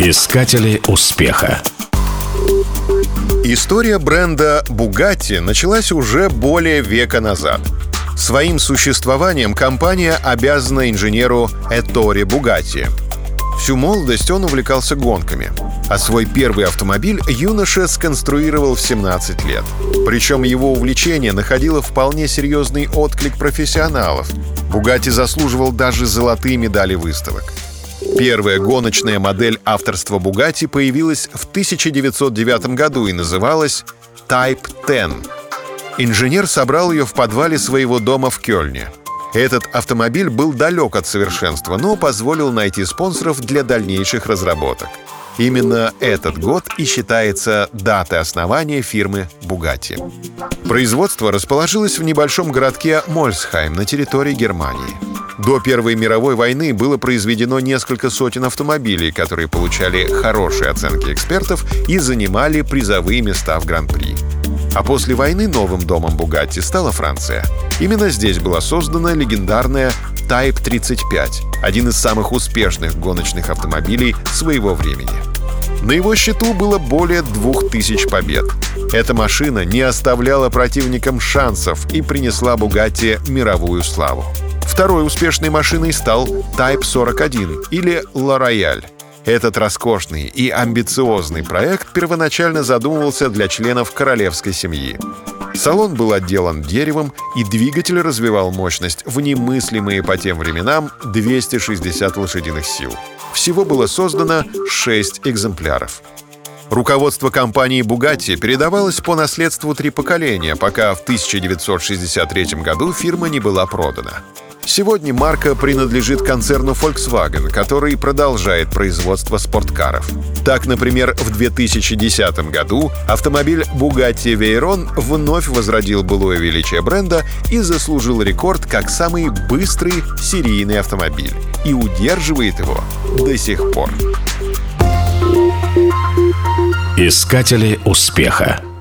Искатели успеха. История бренда Bugatti началась уже более века назад. Своим существованием компания обязана инженеру Этторе Бугатти. Всю молодость он увлекался гонками, а свой первый автомобиль юноша сконструировал в 17 лет. Причем его увлечение находило вполне серьезный отклик профессионалов. Бугатти заслуживал даже золотые медали выставок. Первая гоночная модель авторства Бугатти появилась в 1909 году и называлась Type 10. Инженер собрал ее в подвале своего дома в Кёльне. Этот автомобиль был далек от совершенства, но позволил найти спонсоров для дальнейших разработок. Именно этот год и считается датой основания фирмы Бугатти. Производство расположилось в небольшом городке Мольсхайм на территории Германии. До Первой мировой войны было произведено несколько сотен автомобилей, которые получали хорошие оценки экспертов и занимали призовые места в Гран-при. А после войны новым домом Бугатти стала Франция. Именно здесь была создана легендарная Type 35, один из самых успешных гоночных автомобилей своего времени. На его счету было более 2000 побед. Эта машина не оставляла противникам шансов и принесла Бугатти мировую славу. Второй успешной машиной стал Type 41 или Ла Рояль. Этот роскошный и амбициозный проект первоначально задумывался для членов королевской семьи. Салон был отделан деревом, и двигатель развивал мощность в немыслимые по тем временам 260 лошадиных сил. Всего было создано 6 экземпляров. Руководство компании Bugatti передавалось по наследству 3 поколения, пока в 1963 году фирма не была продана. Сегодня марка принадлежит концерну Volkswagen, который продолжает производство спорткаров. Так, например, в 2010 году автомобиль Bugatti Veyron вновь возродил былое величие бренда и заслужил рекорд как самый быстрый серийный автомобиль. И удерживает его до сих пор. Искатели успеха.